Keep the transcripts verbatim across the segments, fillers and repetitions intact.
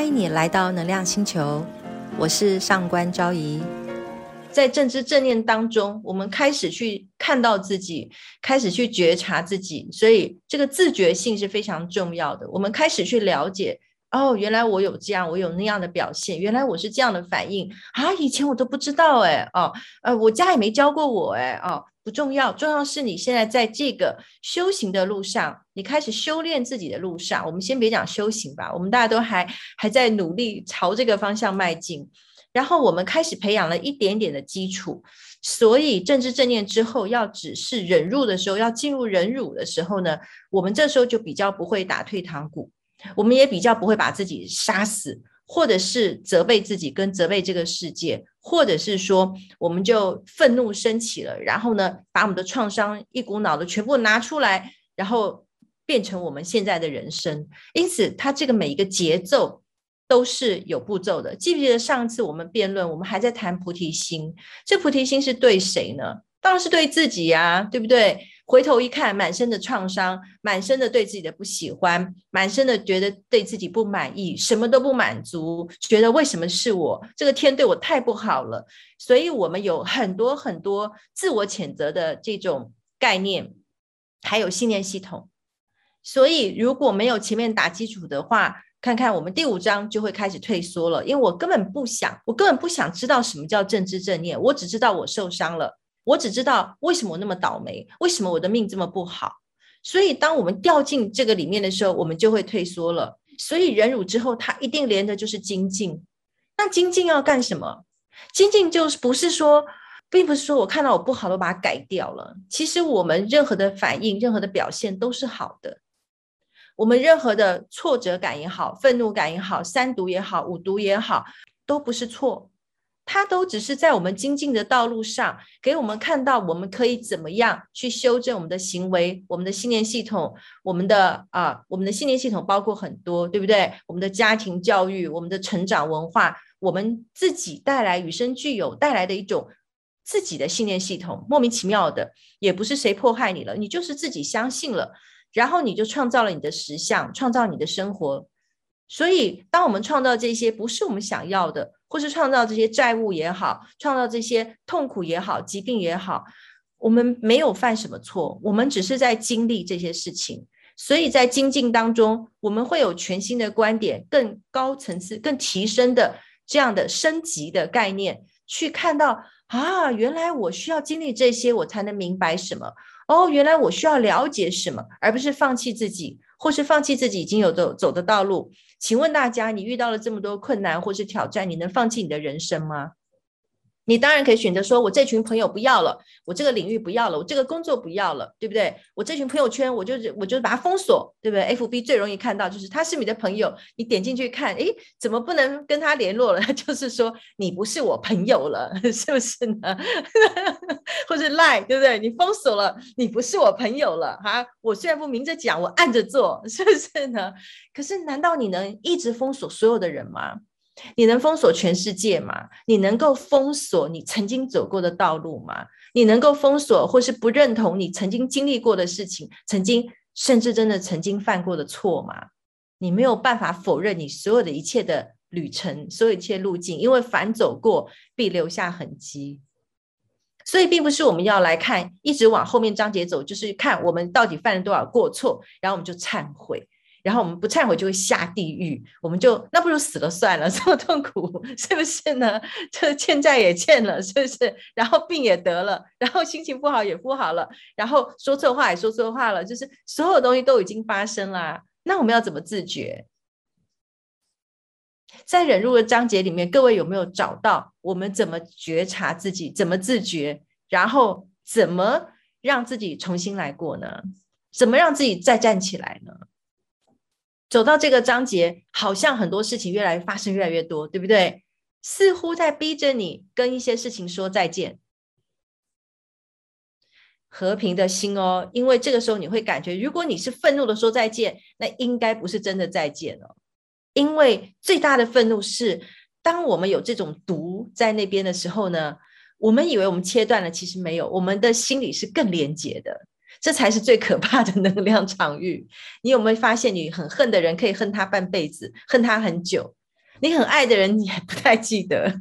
欢迎你来到能量星球，我是上官昭仪。在正知正念当中，我们开始去看到自己，开始去觉察自己，所以这个自觉性是非常重要的。我们开始去了解，哦，原来我有这样，我有那样的表现，原来我是这样的反应啊，以前我都不知道哎，哦，呃，我家也没教过我哎，哦，不重要，重要是你现在在这个修行的路上，你开始修炼自己的路上，我们先别讲修行吧，我们大家都还还在努力朝这个方向迈进。然后我们开始培养了一点点的基础，所以正知正念之后要只是忍辱的时候，要进入忍辱的时候呢，我们这时候就比较不会打退堂鼓，我们也比较不会把自己杀死，或者是责备自己跟责备这个世界，或者是说我们就愤怒升起了，然后呢把我们的创伤一股脑的全部拿出来，然后变成我们现在的人生。因此它这个每一个节奏都是有步骤的。记不记得上次我们辩论，我们还在谈菩提心，这菩提心是对谁呢？当然是对自己啊，对不对？回头一看，满身的创伤，满身的对自己的不喜欢，满身的觉得对自己不满意，什么都不满足，觉得为什么是我，这个天对我太不好了。所以我们有很多很多自我谴责的这种概念，还有信念系统。所以如果没有前面打基础的话，看看我们第五章就会开始退缩了，因为我根本不想，我根本不想知道什么叫正知正念，我只知道我受伤了，我只知道为什么我那么倒霉，为什么我的命这么不好。所以当我们掉进这个里面的时候，我们就会退缩了。所以忍辱之后，它一定连的就是精进。那精进要干什么？精进就是不是说并不是说我看到我不好都把它改掉了，其实我们任何的反应，任何的表现都是好的。我们任何的挫折感也好，愤怒感也好，三毒也好，五毒也好，都不是错，它都只是在我们精进的道路上给我们看到我们可以怎么样去修正我们的行为，我们的信念系统，我们的啊，我们的信念系统包括很多，对不对？我们的家庭教育，我们的成长文化，我们自己带来与生俱有带来的一种自己的信念系统，莫名其妙的，也不是谁迫害你了，你就是自己相信了，然后你就创造了你的实相，创造你的生活。所以当我们创造这些不是我们想要的，或是创造这些债务也好，创造这些痛苦也好，疾病也好，我们没有犯什么错，我们只是在经历这些事情。所以在精进当中，我们会有全新的观点，更高层次更提升的这样的升级的概念，去看到啊，原来我需要经历这些我才能明白什么，哦，原来我需要了解什么，而不是放弃自己，或是放弃自己已经有的走的道路。请问大家，你遇到了这么多困难或是挑战，你能放弃你的人生吗？你当然可以选择说，我这群朋友不要了，我这个领域不要了，我这个工作不要了，对不对？我这群朋友圈，我就我就把它封锁，对不对 ？F B 最容易看到就是他是你的朋友，你点进去看，诶，怎么不能跟他联络了？就是说你不是我朋友了，是不是呢？或是 Line， 对不对？你封锁了，你不是我朋友了哈。我虽然不明着讲，我暗着做，是不是呢？可是难道你能一直封锁所有的人吗？你能封锁全世界吗？你能够封锁你曾经走过的道路吗？你能够封锁或是不认同你曾经经历过的事情，曾经甚至真的曾经犯过的错吗？你没有办法否认你所有的一切的旅程，所有一切路径，因为凡走过必留下痕迹。所以并不是我们要来看一直往后面章节走，就是看我们到底犯了多少过错，然后我们就忏悔，然后我们不忏悔就会下地狱，我们就那不如死了算了，这么痛苦是不是呢？这欠债也欠了，是不是？然后病也得了，然后心情不好也不好了，然后说错话也说错话了，就是所有东西都已经发生了，那我们要怎么自觉？在忍辱的章节里面，各位有没有找到我们怎么觉察自己，怎么自觉，然后怎么让自己重新来过呢？怎么让自己再站起来呢？走到这个章节，好像很多事情越来越发生越来越多，对不对？似乎在逼着你跟一些事情说再见。和平的心哦，因为这个时候你会感觉，如果你是愤怒的说再见，那应该不是真的再见哦。因为最大的愤怒是，当我们有这种毒在那边的时候呢，我们以为我们切断了，其实没有，我们的心里是更连结的，这才是最可怕的能量场域。你有没有发现，你很恨的人可以恨他半辈子，恨他很久， 你很爱的人你也不太记得。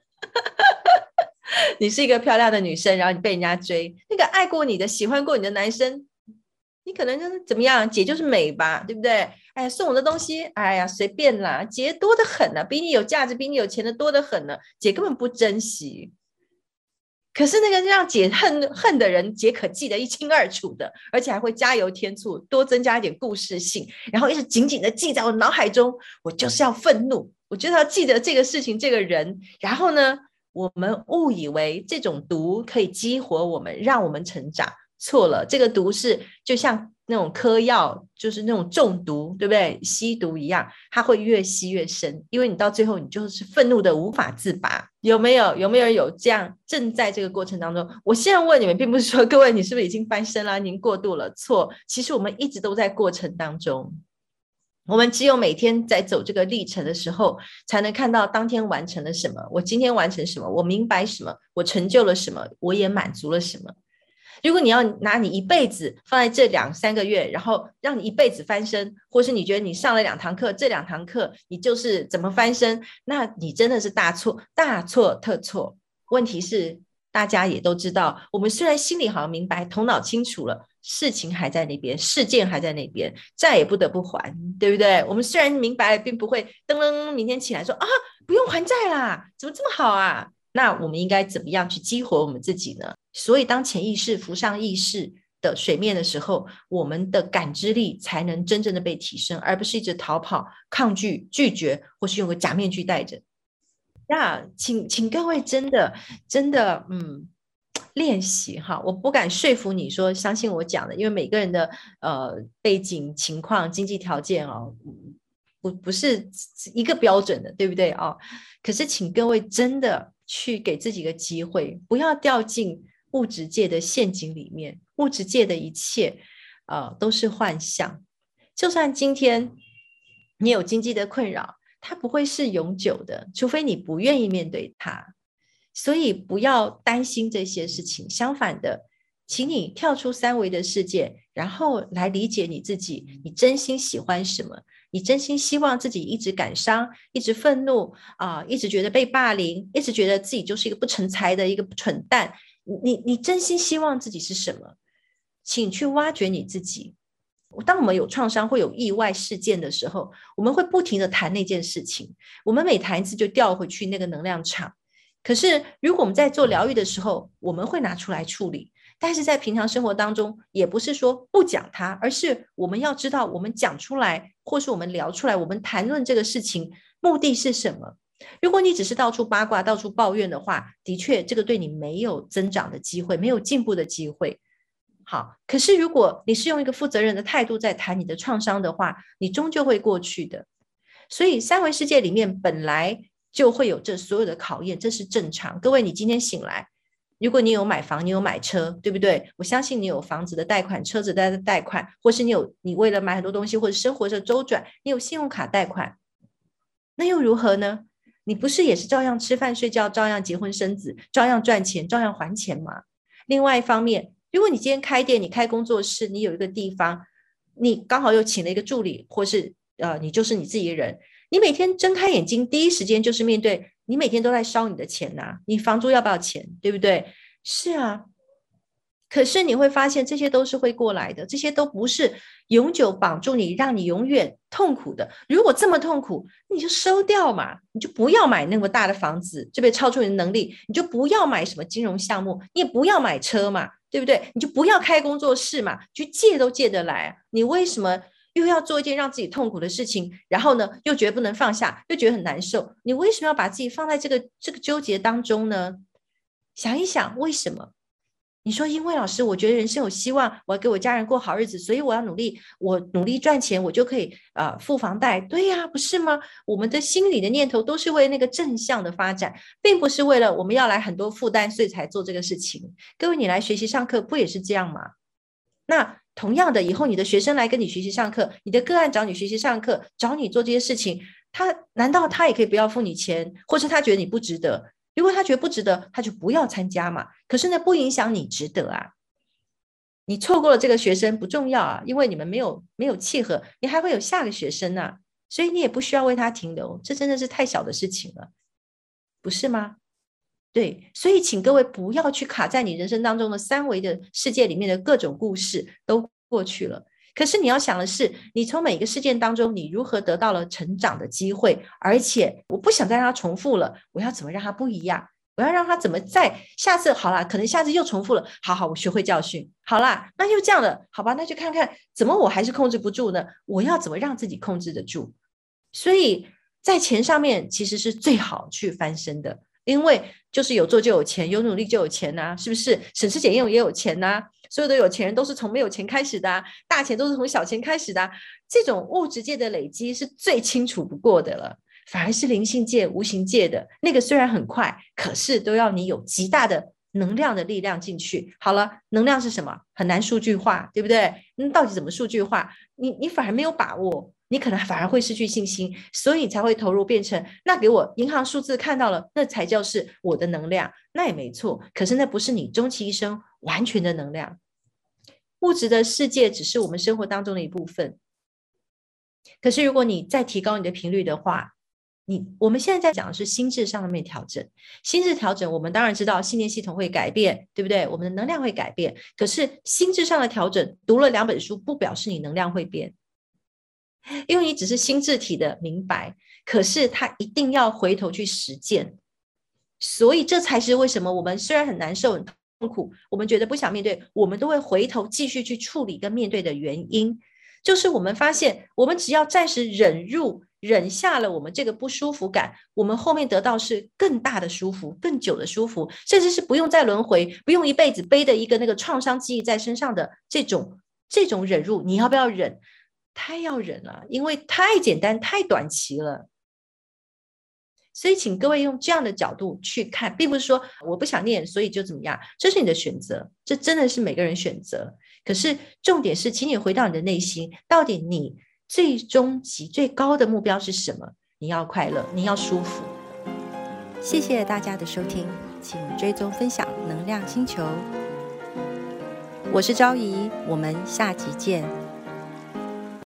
你是一个漂亮的女生，然后你被人家追，那个爱过你的喜欢过你的男生，你可能就是怎么样，姐就是美吧，对不对？哎呀，送我的东西，哎呀随便啦，姐多得很啊，比你有价值比你有钱的多得很呢，姐根本不珍惜。可是那个让姐恨恨的人，姐可记得一清二楚的，而且还会加油添醋，多增加一点故事性，然后一直紧紧的记在我脑海中。我就是要愤怒，我就是要记得这个事情这个人。然后呢，我们误以为这种毒可以激活我们，让我们成长。错了，这个毒是就像那种嗑药，就是那种中毒，对不对？吸毒一样，它会越吸越深，因为你到最后你就是愤怒的无法自拔。有没有？有没有人有这样正在这个过程当中？我现在问你们，并不是说各位你是不是已经翻身了，您过度了？错，其实我们一直都在过程当中。我们只有每天在走这个历程的时候，才能看到当天完成了什么，我今天完成什么，我明白什么，我成就了什么，我也满足了什么。如果你要拿你一辈子放在这两三个月，然后让你一辈子翻身，或是你觉得你上了两堂课，这两堂课你就是怎么翻身，那你真的是大错大错特错。问题是大家也都知道，我们虽然心里好像明白，头脑清楚了，事情还在那边，事件还在那边，债也不得不还，对不对？我们虽然明白了，并不会噔噔明天起来说啊，不用还债啦，怎么这么好啊？那我们应该怎么样去激活我们自己呢？所以当潜意识浮上意识的水面的时候，我们的感知力才能真正的被提升，而不是一直逃跑、抗拒、拒绝，或是用个假面具戴着。那请请各位真的真的嗯练习哈，我不敢说服你说相信我讲的，因为每个人的呃背景情况、经济条件哦，不不是一个标准的，对不对哦？可是请各位真的去给自己一个机会，不要掉进物质界的陷阱里面，物质界的一切呃都是幻象。就算今天你有经济的困扰，它不会是永久的，除非你不愿意面对它。所以不要担心这些事情，相反的，请你跳出三维的世界，然后来理解你自己，你真心喜欢什么，你真心希望自己一直感伤，一直愤怒啊、呃，一直觉得被霸凌，一直觉得自己就是一个不成才的一个蠢蛋，你你真心希望自己是什么？请去挖掘你自己。当我们有创伤或有意外事件的时候，我们会不停的谈那件事情，我们每谈一次就掉回去那个能量场。可是如果我们在做疗愈的时候，我们会拿出来处理，但是在平常生活当中，也不是说不讲它，而是我们要知道我们讲出来，或是我们聊出来，我们谈论这个事情目的是什么。如果你只是到处八卦、到处抱怨的话，的确这个对你没有增长的机会，没有进步的机会。好，可是如果你是用一个负责任的态度在谈你的创伤的话，你终究会过去的。所以三维世界里面本来就会有这所有的考验，这是正常。各位，你今天醒来，如果你有买房，你有买车，对不对？我相信你有房子的贷款、车子的贷款，或是你有你为了买很多东西或者生活的周转，你有信用卡贷款，那又如何呢？你不是也是照样吃饭睡觉，照样结婚生子，照样赚钱，照样还钱吗？另外一方面，如果你今天开店，你开工作室，你有一个地方，你刚好又请了一个助理，或是呃，你就是你自己的人，你每天睁开眼睛，第一时间就是面对你每天都在烧你的钱呐、啊，你房租要不要钱，对不对？是啊，可是你会发现这些都是会过来的，这些都不是永久绑住你，让你永远痛苦的。如果这么痛苦，你就收掉嘛，你就不要买那么大的房子，这边超出你的能力，你就不要买什么金融项目，你也不要买车嘛，对不对？你就不要开工作室嘛，去借都借得来、啊。你为什么又要做一件让自己痛苦的事情？然后呢，又觉得不能放下，又觉得很难受？你为什么要把自己放在这个这个纠结当中呢？想一想，为什么？你说，因为老师，我觉得人生有希望，我要给我家人过好日子，所以我要努力，我努力赚钱，我就可以呃付房贷。对呀，不是吗？我们的心理的念头都是为那个正向的发展，并不是为了我们要来很多负担，所以才做这个事情。各位，你来学习上课不也是这样吗？那同样的，以后你的学生来跟你学习上课，你的个案找你学习上课，找你做这些事情，他难道他也可以不要付你钱，或是他觉得你不值得？如果他觉得不值得，他就不要参加嘛。可是呢，不影响你值得啊。你错过了这个学生不重要啊，因为你们没有没有契合，你还会有下个学生啊。 所以你也不需要为它停留，这真的是太小的事情了，不是吗？对，所以请各位不要去卡在你人生当中的三维的世界里面的各种故事都过去了。可是你要想的是，你从每个事件当中，你如何得到了成长的机会，而且我不想再让它重复了，我要怎么让它不一样？我要让它怎么在下次好啦，可能下次又重复了，好好，我学会教训，好啦，那又这样了，好吧，那就看看怎么我还是控制不住呢？我要怎么让自己控制得住？所以在钱上面其实是最好去翻身的，因为就是有做就有钱，有努力就有钱啊，是不是？省吃俭用也有钱啊，所有的有钱人都是从没有钱开始的啊，大钱都是从小钱开始的啊，这种物质界的累积是最清楚不过的了，反而是灵性界无形界的那个虽然很快，可是都要你有极大的能量的力量进去。好了，能量是什么？很难数据化，对不对？那到底怎么数据化？你你反而没有把握，你可能反而会失去信心，所以你才会投入变成那给我银行数字看到了，那才叫是我的能量，那也没错，可是那不是你终其一生完全的能量。物质的世界只是我们生活当中的一部分，可是如果你再提高你的频率的话，你我们现在在讲的是心智上面调整，心智调整我们当然知道信念系统会改变，对不对？我们的能量会改变，可是心智上的调整，读了两本书不表示你能量会变，因为你只是心智体的明白，可是他一定要回头去实践，所以这才是为什么我们虽然很难受很痛苦，我们觉得不想面对，我们都会回头继续去处理跟面对的原因，就是我们发现我们只要暂时忍入忍下了我们这个不舒服感，我们后面得到是更大的舒服，更久的舒服，甚至是不用再轮回，不用一辈子背的一个那个创伤记忆在身上的这种这种忍入，你要不要忍？太要忍了，因为太简单太短期了。所以请各位用这样的角度去看，并不是说我不想念所以就怎么样，这是你的选择，这真的是每个人选择。可是重点是请你回到你的内心，到底你最终极最高的目标是什么？你要快乐，你要舒服。谢谢大家的收听，请追踪分享能量星球，我是昭仪，我们下集见。